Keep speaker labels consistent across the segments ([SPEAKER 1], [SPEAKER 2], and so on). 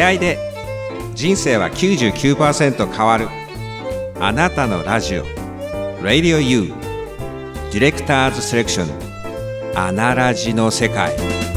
[SPEAKER 1] 出会いで人生は 99% 変わる。あなたのラジオ Radio U ディレクターズセレクションアナラジの世界。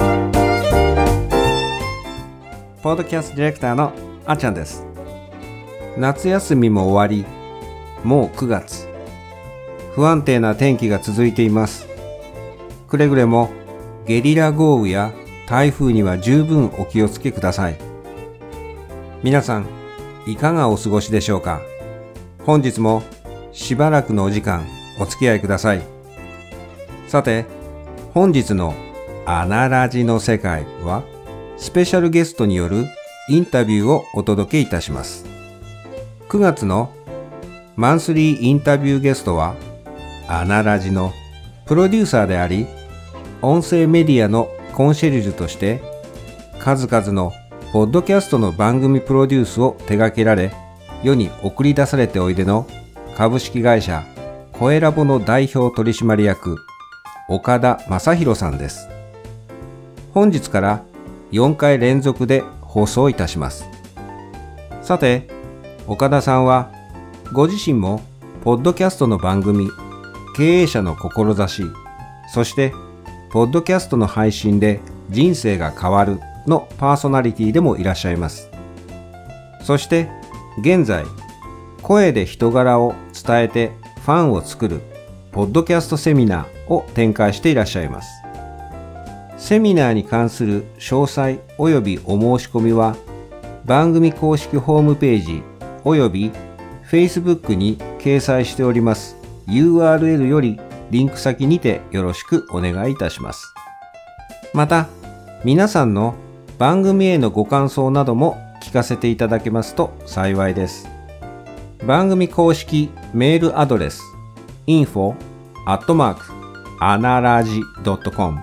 [SPEAKER 1] ポッドキャストディレクターのあっちゃんです。夏休みも終わり、もう9月。不安定な天気が続いています。くれぐれもゲリラ豪雨や台風には十分お気をつけください。皆さん、いかがお過ごしでしょうか。本日もしばらくのお時間お付き合いください。さて、本日のアナラジの世界はスペシャルゲストによるインタビューをお届けいたします。9月のマンスリーインタビューゲストはアナラジのプロデューサーであり、音声メディアのコンシェルジュとして数々のポッドキャストの番組プロデュースを手掛けられ、世に送り出されておいでの株式会社声ラボの代表取締役岡田正宏さんです。本日から4回連続で放送いたします。さて、岡田さんはご自身もポッドキャストの番組、経営者の志、そしてポッドキャストの配信で人生が変わるのパーソナリティでもいらっしゃいます。そして現在、声で人柄を伝えてファンを作るポッドキャストセミナーを展開していらっしゃいます。セミナーに関する詳細およびお申し込みは番組公式ホームページおよび Facebook に掲載しております URL よりリンク先にてよろしくお願いいたします。また、皆さんの番組へのご感想なども聞かせていただけますと幸いです。番組公式メールアドレス info@anaraji.com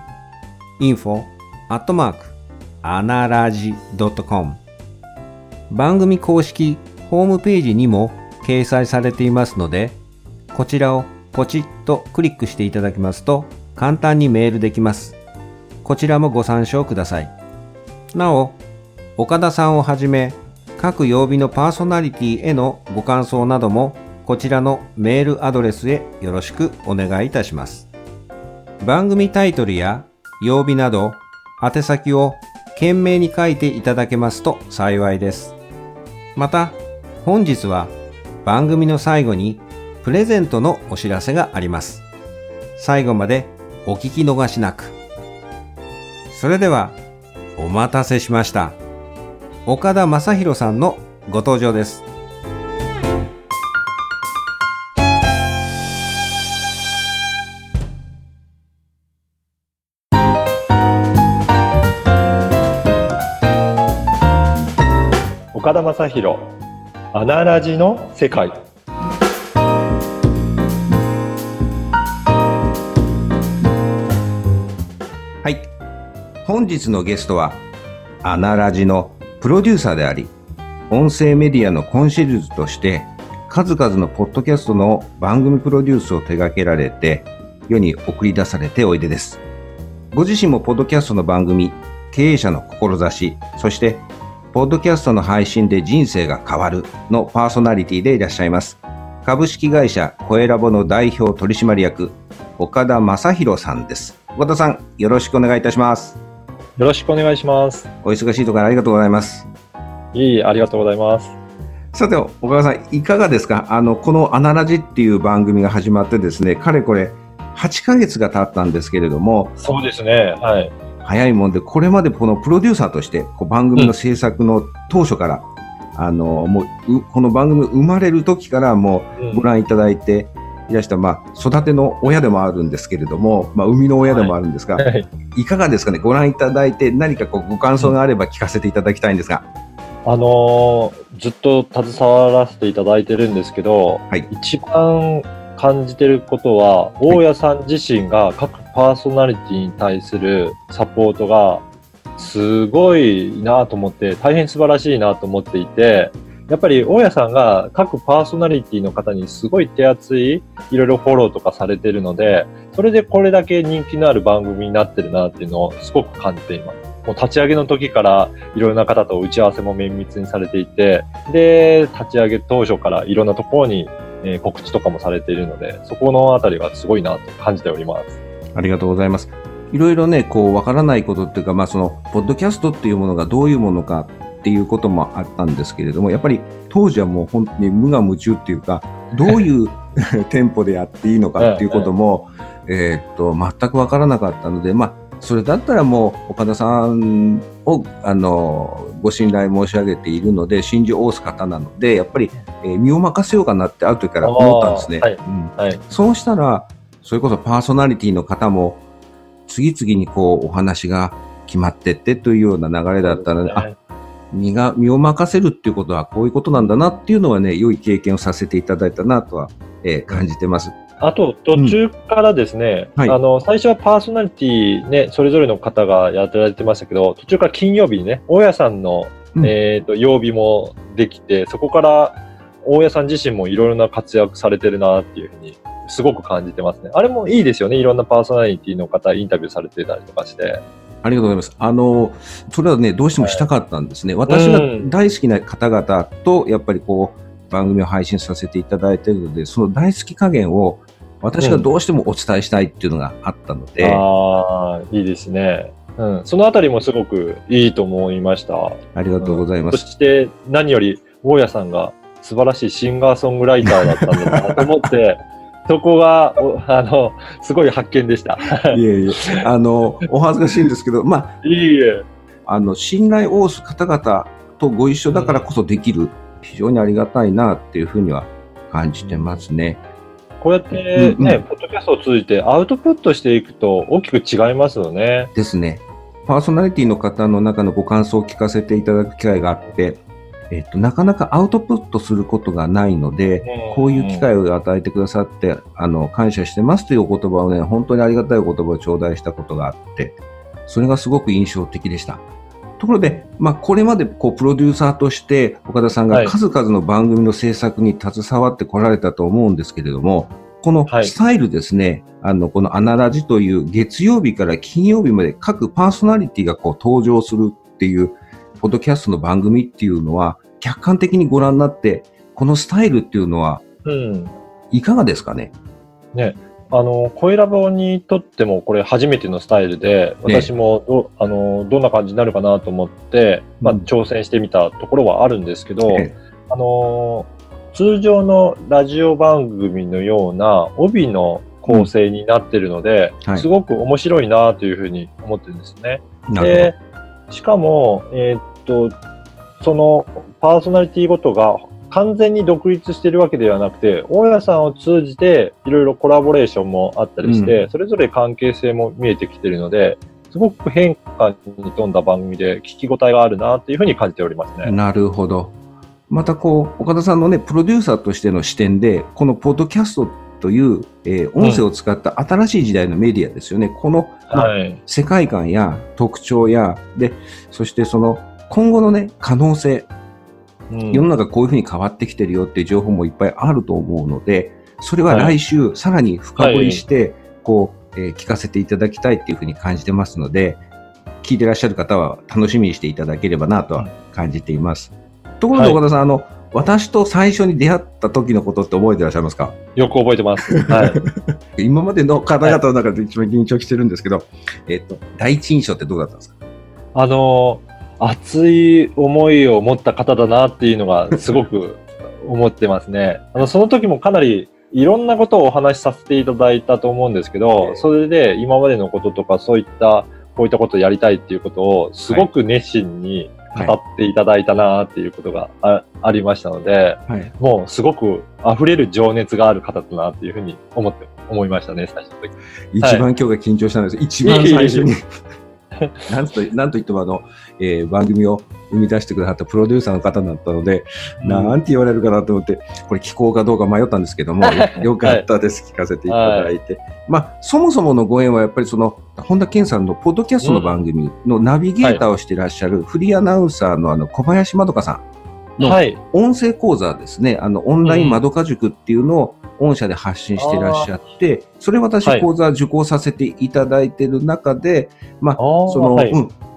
[SPEAKER 1] info@anaraji.com 番組公式ホームページにも掲載されていますので、こちらをポチッとクリックしていただきますと簡単にメールできます。こちらもご参照ください。なお、岡田さんをはじめ各曜日のパーソナリティへのご感想などもこちらのメールアドレスへよろしくお願いいたします。番組タイトルや曜日など宛先を懸命に書いていただけますと幸いです。また、本日は番組の最後にプレゼントのお知らせがあります。最後までお聞き逃しなく。それではお待たせしました。岡田正宏さんのご登場です。
[SPEAKER 2] 岡田正宏、アナラジの世界。
[SPEAKER 1] はい、本日のゲストはアナラジのプロデューサーであり、音声メディアのコンシェルジュとして数々のポッドキャストの番組プロデュースを手掛けられて世に送り出されておいでです。ご自身もポッドキャストの番組、経営者の志、そしてポッドキャストの配信で人生が変わるのパーソナリティでいらっしゃいます株式会社声ラボの代表取締役岡田正宏さんです。岡田さん、よろしくお願いいたします。
[SPEAKER 2] よろしくお願いします。
[SPEAKER 1] お忙しいところありがとうございます。
[SPEAKER 2] いい、ありがとうございます。
[SPEAKER 1] さて、岡田さん、いかがですか。このアナラジっていう番組が始まってですね、かれこれ8ヶ月が経ったんですけれども。
[SPEAKER 2] そうですね、はい。
[SPEAKER 1] 早いもんで、これまでこのプロデューサーとして番組の制作の当初から、もうこの番組生まれる時からもうご覧いただいていらした、育ての親でもあるんですけれども、生みの親でもあるんですが、はい、いかがですかね。ご覧いただいて何かご感想があれば聞かせていただきたいんですが。
[SPEAKER 2] ずっと携わらせていただいてるんですけど、はい、一番感じてることは、大家さん自身が各パーソナリティに対するサポートがすごいなと思って、大変素晴らしいなと思っていて、やっぱり大家さんが各パーソナリティの方にすごい手厚いいろいろフォローとかされてるので、それでこれだけ人気のある番組になってるなっていうのをすごく感じています。 もう立ち上げの時からいろんな方と打ち合わせも綿密にされていて、で、立ち上げ当初からいろんなところに告知とかもされているので、そこのあたりがすごいなと感じております。
[SPEAKER 1] ありがとうございます。いろいろね、こう、わからないことっていうか、まあ、その、ポッドキャストっていうものがどういうものかっていうこともあったんですけれども、やっぱり当時はもう本当に無我夢中っていうか、どういうテンポでやっていいのかっていうことも、全くわからなかったので、まあ、それだったらもう、岡田さんを、ご信頼申し上げているので、信じ仰す方なので、やっぱり、身を任せようかなってある時から思ったんですね。そうしたら、それこそパーソナリティの方も、次々にこう、お話が決まってってというような流れだったので、身を任せるっていうことはこういうことなんだなっていうのはね、良い経験をさせていただいたなとは、感じてます。
[SPEAKER 2] あと、途中からですね、最初はパーソナリティね、それぞれの方がやってられてましたけど、途中から金曜日にね、大家さんの、曜日もできて、そこから大家さん自身もいろいろな活躍されてるなっていうふうに、すごく感じてますね。あれもいいですよね。いろんなパーソナリティの方、インタビューされてたりとかして。
[SPEAKER 1] ありがとうございます。それはね、どうしてもしたかったんですね。私が大好きな方々と、やっぱりこう、番組を配信させていただいているので、その大好き加減を、私がどうしてもお伝えしたいっていうのがあったので。
[SPEAKER 2] いいですね。そのあたりもすごくいいと思いました。
[SPEAKER 1] ありがとうございます。
[SPEAKER 2] そして、何より、大家さんが素晴らしいシンガーソングライターだったんだなと思って、そこが、すごい発見でした。
[SPEAKER 1] いえいえ、お恥ずかしいんですけど、まあ、
[SPEAKER 2] いいえ。
[SPEAKER 1] 信頼を仰す方々とご一緒だからこそできる、非常にありがたいなっていうふうには感じてますね。
[SPEAKER 2] こうやってね、ポッドキャストを通じてアウトプットしていくと大きく違いますよね。
[SPEAKER 1] ですね。パーソナリティの方の中のご感想を聞かせていただく機会があって、なかなかアウトプットすることがないので、こういう機会を与えてくださって、感謝してますというお言葉をね、本当にありがたいお言葉を頂戴したことがあって、それがすごく印象的でした。ところで、まあ、これまでこう、プロデューサーとして、岡田さんが数々の番組の制作に携わってこられたと思うんですけれども、このスタイルですね、このアナラジという月曜日から金曜日まで各パーソナリティがこう登場するっていう、ポッドキャストの番組っていうのは、客観的にご覧になって、このスタイルっていうのは、いかがですかね。
[SPEAKER 2] 声ラボにとってもこれ初めてのスタイルで、私もどんな感じになるかなと思って、挑戦してみたところはあるんですけど、通常のラジオ番組のような帯の構成になっているので、すごく面白いなというふうに思ってるんですね。で、しかも、そのパーソナリティごとが完全に独立しているわけではなくて、大家さんを通じていろいろコラボレーションもあったりして、それぞれ関係性も見えてきているので、すごく変化に富んだ番組で聞き応えがあるなというふうに感じておりますね。
[SPEAKER 1] なるほど。またこう、岡田さんのね、プロデューサーとしての視点で、このポッドキャストという、音声を使った新しい時代のメディアですよね。この、世界観や特徴や、で、そしてその今後のね、可能性、世の中こういうふうに変わってきてるよっていう情報もいっぱいあると思うので、それは来週さらに深掘りして、こう、聞かせていただきたいっていうふうに感じてますので、聞いてらっしゃる方は楽しみにしていただければなとは感じています。ところで岡田さん、私と最初に出会った時のことって覚えてらっしゃいますか？
[SPEAKER 2] よく覚えてます。
[SPEAKER 1] 今までの方々の中で一番緊張してるんですけど、第一印象ってどうだったんですか？
[SPEAKER 2] 熱い思いを持った方だなっていうのがすごく思ってますね。その時もかなりいろんなことをお話しさせていただいたと思うんですけど、それで今までのこととかこういったことをやりたいっていうことをすごく熱心に語っていただいたなっていうことが ありましたので、もうすごく溢れる情熱がある方だなっていうふうに思いましたね、最初の時。
[SPEAKER 1] 一番今日が緊張したんです。一番最初に。なんといっても番組を生み出してくださったプロデューサーの方だったので、なんて言われるかなと思って、これ聞こうかどうか迷ったんですけども、よかったです、聞かせていただいて。そもそものご縁はやっぱり本田健さんのポッドキャストの番組のナビゲーターをしていらっしゃるフリーアナウンサーの小林まどかさんの音声講座ですね、オンラインまどか塾っていうのを御社で発信していらっしゃって、それ私講座受講させていただいている中で、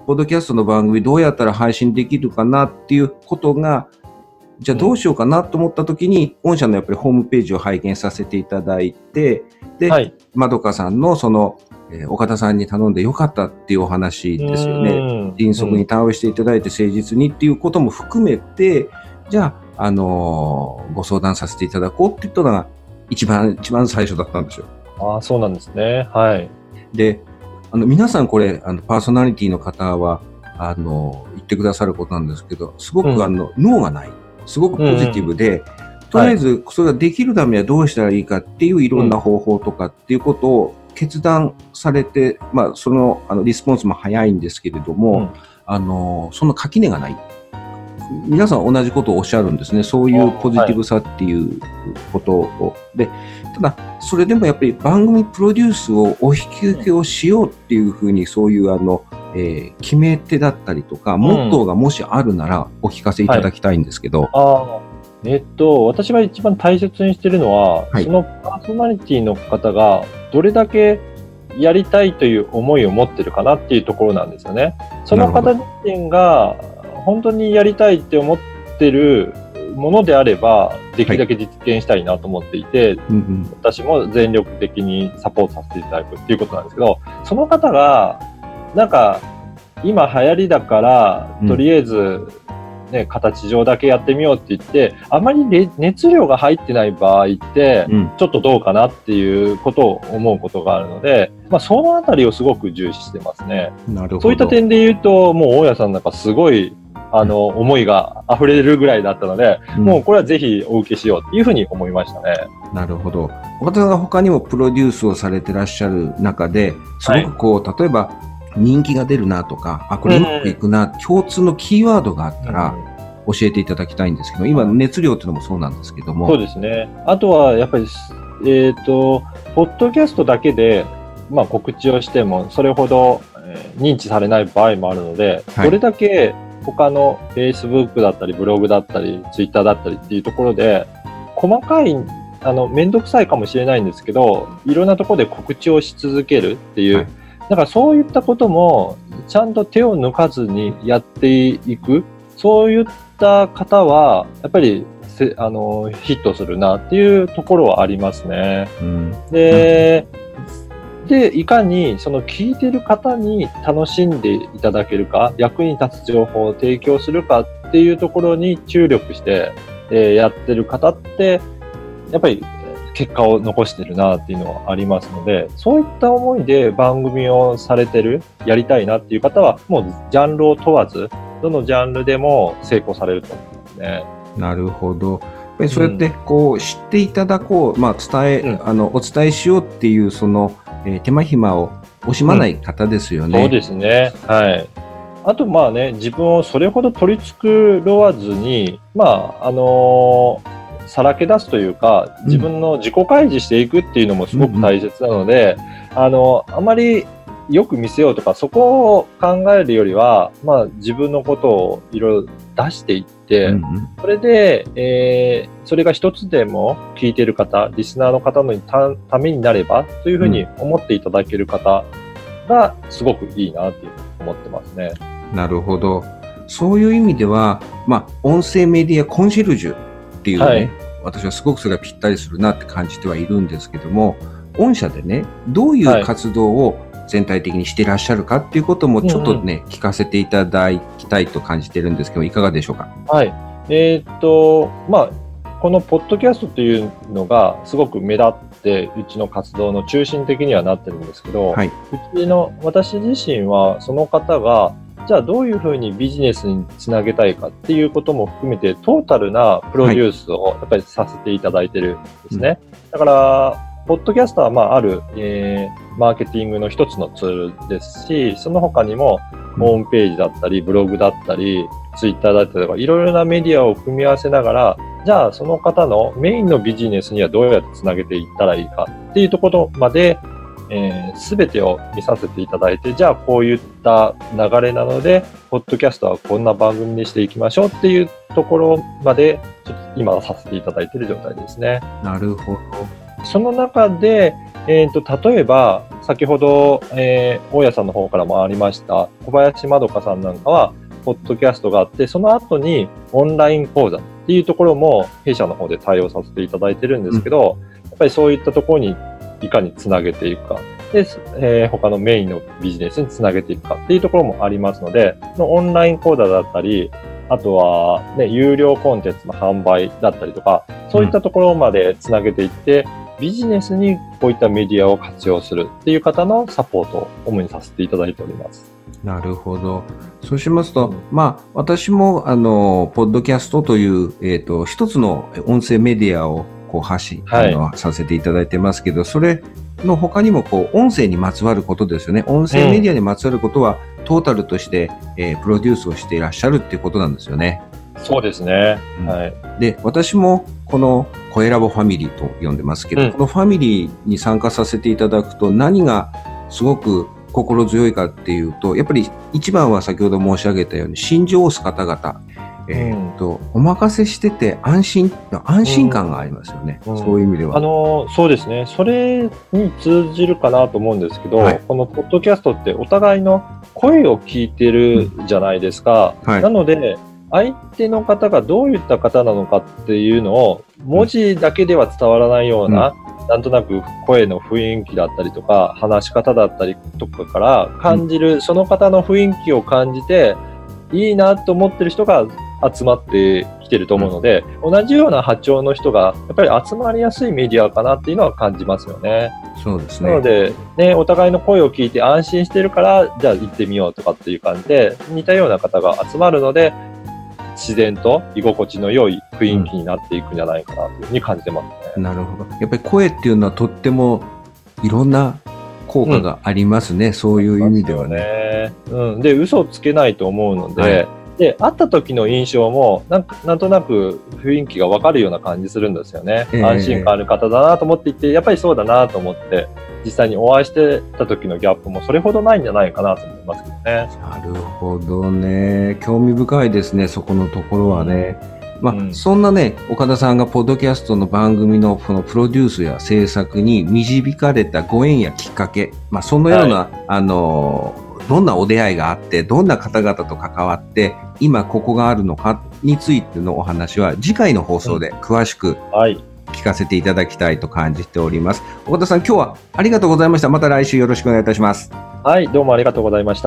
[SPEAKER 1] ポッドキャストの番組どうやったら配信できるかなっていうことが、じゃあどうしようかなと思った時に、御社のやっぱりホームページを拝見させていただいて、で、はい、まどかさんのその、岡田さんに頼んでよかったっていうお話ですよね。迅速に対応していただいて誠実にっていうことも含めて、じゃあ、ご相談させていただこうって言ったのが一番最初だったんですよ。
[SPEAKER 2] ああ、そうなんですね。はい。
[SPEAKER 1] で、皆さんこれ、パーソナリティの方は、言ってくださることなんですけど、すごく脳がない。すごくポジティブで、とりあえずそれができるためにはどうしたらいいかっていういろんな方法とかっていうことを決断されて、まあそのリスポンスも早いんですけれども、その垣根がない。皆さん同じことをおっしゃるんですね。そういうポジティブさっていうことを。で、ただそれでもやっぱり番組プロデュースをお引き受けをしようっていうふうにそういう決め手だったりとか、モットーがもしあるならお聞かせいただきたいんですけど。
[SPEAKER 2] 私が一番大切にしているのは、そのパーソナリティの方がどれだけやりたいという思いを持ってるかなっていうところなんですよね。その方自身が本当にやりたいって思ってるものであれば、できるだけ実現したいなと思っていて、私も全力的にサポートさせていただくっていうことなんですけど、その方がなんか今流行りだからとりあえず、ね、形上だけやってみようって言ってあまり熱量が入ってない場合ってちょっとどうかなっていうことを思うことがあるので、そのあたりをすごく重視してますね。
[SPEAKER 1] なるほど。
[SPEAKER 2] そういった点で言うともう大家さんなんかすごい思いが溢れるぐらいだったので、もうこれはぜひお受けしようっていうふうに思いましたね。
[SPEAKER 1] なるほど。岡田さんが他にもプロデュースをされてらっしゃる中ですごくこう、例えば人気が出るなとか、これうまくいくな、共通のキーワードがあったら教えていただきたいんですけど、今熱量っていうのもそうなんですけども。
[SPEAKER 2] そうですね。あとはやっぱりポッドキャストだけで告知をしてもそれほど認知されない場合もあるので、どれだけ他の Facebook だったりブログだったり Twitter だったりっていうところで細かいめんどくさいかもしれないんですけど、いろんなところで告知をし続けるっていう、だからそういったこともちゃんと手を抜かずにやっていく、そういった方はやっぱりヒットするなっていうところはありますね。で、いかにその聞いてる方に楽しんでいただけるか、役に立つ情報を提供するかっていうところに注力して、やってる方ってやっぱり結果を残してるなっていうのはありますので、そういった思いで番組をされてる、やりたいなっていう方はもうジャンルを問わずどのジャンルでも成功されると思いますね。
[SPEAKER 1] なるほど。やっぱりそうやってこう知っていただこう、お伝えしようっていうその、手間暇を惜しまない方ですよね。
[SPEAKER 2] そうですね。はい。あと自分をそれほど取り繕わずにさらけ出すというか、自分の自己開示していくっていうのもすごく大切なので、あまりよく見せようとかそこを考えるよりは、自分のことをいろいろ出していって、それで、それが一つでも聞いている方、リスナーの方のためになればというふうに思っていただける方がすごくいいなって思ってますね。
[SPEAKER 1] なるほど。そういう意味では、音声メディアコンシェルジュっていうね、私はすごくそれがぴったりするなって感じてはいるんですけども、御社でね、どういう活動を全体的にしていらっしゃるかっていうこともちょっとね、聞かせていただきたいと感じてるんですけど、いかがでしょうか。
[SPEAKER 2] はい。このポッドキャストというのがすごく目立ってうちの活動の中心的にはなってるんですけど、私自身はその方がじゃあどういうふうにビジネスにつなげたいかっていうことも含めてトータルなプロデュースをやっぱりさせていただいてるんですね。だからポッドキャストはある、マーケティングの一つのツールですし、その他にもホームページだったりブログだったりツイッターだったりとかいろいろなメディアを組み合わせながら、じゃあその方のメインのビジネスにはどうやってつなげていったらいいかっていうところまで全てを見させていただいて、じゃあこういった流れなのでポッドキャストはこんな番組にしていきましょうっていうところまでちょっと今はさせていただいている状態ですね。
[SPEAKER 1] なるほど。
[SPEAKER 2] その中で例えば、先ほど、大家さんの方からもありました、小林まどかさんなんかは、ポッドキャストがあって、その後にオンライン講座っていうところも弊社の方で対応させていただいてるんですけど、やっぱりそういったところにいかにつなげていくか。で、他のメインのビジネスにつなげていくかっていうところもありますので、オンライン講座だったり、あとは、ね、有料コンテンツの販売だったりとか、そういったところまでつなげていって、ビジネスにこういったメディアを活用するっていう方のサポートを主にさせていただいております。
[SPEAKER 1] なるほど。そうしますと、私も、ポッドキャストという、一つの音声メディアをさせていただいてますけど、それの他にも、音声にまつわることですよね。音声メディアにまつわることは、トータルとして、プロデュースをしていらっしゃるっていうことなんですよね。
[SPEAKER 2] そうですね。はい。
[SPEAKER 1] で、私も、この声ラボファミリーと呼んでますけど、このファミリーに参加させていただくと、何がすごく心強いかっていうと、やっぱり一番は先ほど申し上げたように、信条を押す方々、お任せしてて安心感がありますよね。そういう意味では。
[SPEAKER 2] そうですね。それに通じるかなと思うんですけど、このポッドキャストってお互いの声を聞いてるじゃないですか。なので、相手の方がどういった方なのかっていうのを文字だけでは伝わらないような、なんとなく声の雰囲気だったりとか、話し方だったりとかから感じる、その方の雰囲気を感じて、いいなと思ってる人が集まってきてると思うので、同じような波長の人がやっぱり集まりやすいメディアかなっていうのは感じますよね。
[SPEAKER 1] そうですね。
[SPEAKER 2] なので、ね、お互いの声を聞いて安心してるから、じゃあ行ってみようとかっていう感じで、似たような方が集まるので、自然と居心地の良い雰囲気になっていくんじゃないかなというふうに感じてますね。
[SPEAKER 1] なるほど。やっぱり声っていうのはとってもいろんな効果がありますね。そういう意味ではね。
[SPEAKER 2] で、嘘をつけないと思うので、で、会った時の印象もなんとなく雰囲気がわかるような感じするんですよね。安心感ある方だなと思っていて、やっぱりそうだなと思って、実際にお会いしてた時のギャップもそれほどないんじゃないかなと思いますけどね。
[SPEAKER 1] なるほどね。興味深いですね、そこのところはね。そんなね、岡田さんがポッドキャストの番組のこのプロデュースや制作に導かれたご縁やきっかけ、そのような、どんなお出会いがあって、どんな方々と関わって、今ここがあるのかについてのお話は次回の放送で詳しく聞かせていただきたいと感じております。岡田さん、今日はありがとうございました。また来週よろしくお願いいたします。
[SPEAKER 2] はい、どうもありがとうございました。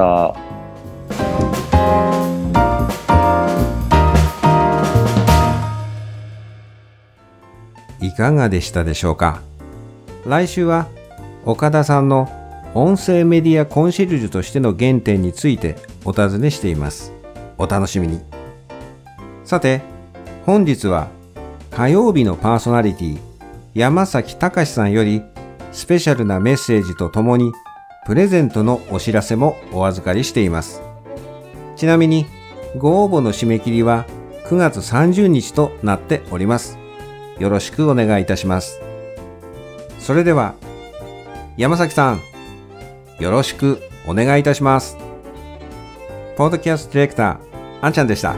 [SPEAKER 1] いかがでしたでしょうか。来週は岡田さんの音声メディアコンシェルジュとしての原点についてお尋ねしています。お楽しみに。さて、本日は火曜日のパーソナリティ山崎隆さんよりスペシャルなメッセージとともにプレゼントのお知らせもお預かりしています。ちなみにご応募の締め切りは9月30日となっております。よろしくお願いいたします。それでは山崎さん、よろしくお願いいたします。ポッドキャストディレクター、あんちゃんでした。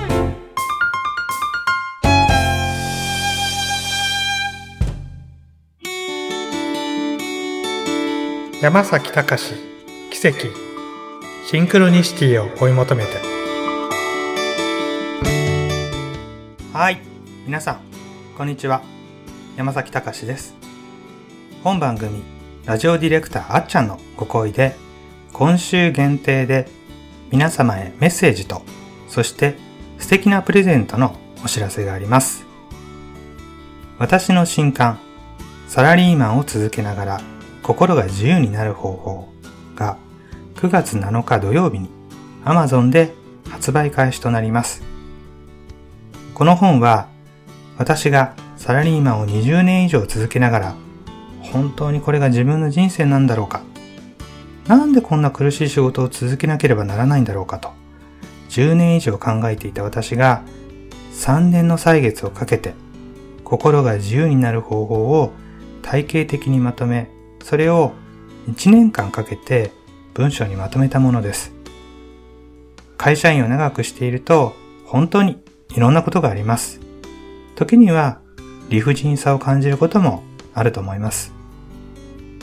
[SPEAKER 3] 山崎隆、奇跡、シンクロニシティを追い求めて。はい、皆さん、こんにちは。山崎隆です。本番組、ラジオディレクターあっちゃんのご好意で、今週限定で皆様へメッセージと、そして素敵なプレゼントのお知らせがあります。私の新刊、サラリーマンを続けながら心が自由になる方法が9月7日土曜日に Amazon で発売開始となります。この本は私がサラリーマンを20年以上続けながら本当にこれが自分の人生なんだろうか、なんでこんな苦しい仕事を続けなければならないんだろうかと10年以上考えていた私が3年の歳月をかけて心が自由になる方法を体系的にまとめ、それを1年間かけて文章にまとめたものです。会社員を長くしていると本当にいろんなことがあります。時には理不尽さを感じることもあると思います。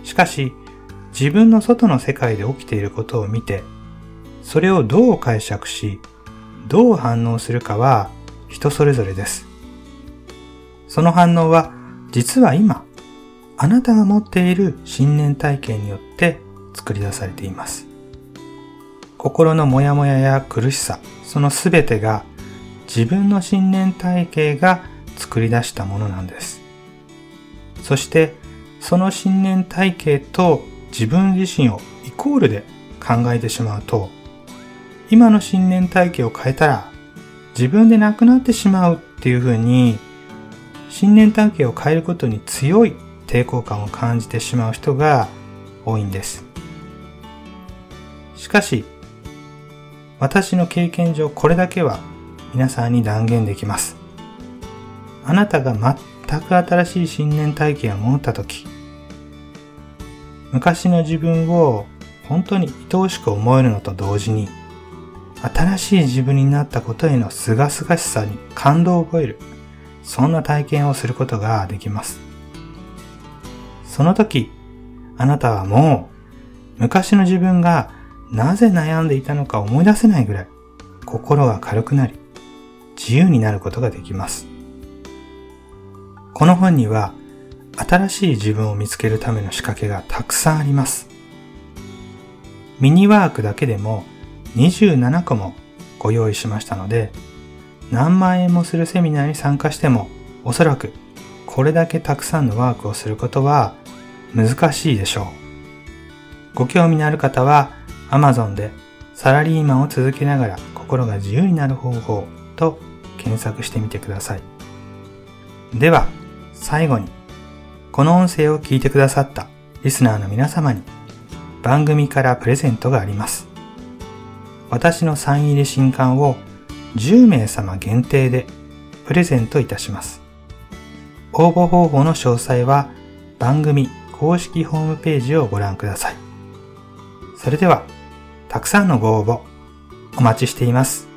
[SPEAKER 3] しかし、自分の外の世界で起きていることを見て、それをどう解釈し、どう反応するかは人それぞれです。その反応は実は今、あなたが持っている信念体系によって作り出されています。心のモヤモヤや苦しさ、そのすべてが自分の信念体系が作り出したものなんです。そしてその信念体系と自分自身をイコールで考えてしまうと、今の信念体系を変えたら自分でなくなってしまうっていうふうに、信念体系を変えることに強い抵抗感を感じてしまう人が多いんです。しかし、私の経験上これだけは皆さんに断言できます。あなたが全く新しい信念体系を持ったとき、昔の自分を本当に愛おしく思えるのと同時に、新しい自分になったことへの清々しさに感動を覚える、そんな体験をすることができます。その時、あなたはもう昔の自分がなぜ悩んでいたのか思い出せないぐらい心が軽くなり、自由になることができます。この本には新しい自分を見つけるための仕掛けがたくさんあります。ミニワークだけでも27個もご用意しましたので、何万円もするセミナーに参加してもおそらくこれだけたくさんのワークをすることは難しいでしょう。ご興味のある方は Amazon でサラリーマンを続けながら心が自由になる方法と検索してみてください。では最後に、この音声を聞いてくださったリスナーの皆様に番組からプレゼントがあります。私のサイン入り新刊を10名様限定でプレゼントいたします。応募方法の詳細は番組公式ホームページをご覧ください。それでは、たくさんのご応募お待ちしています。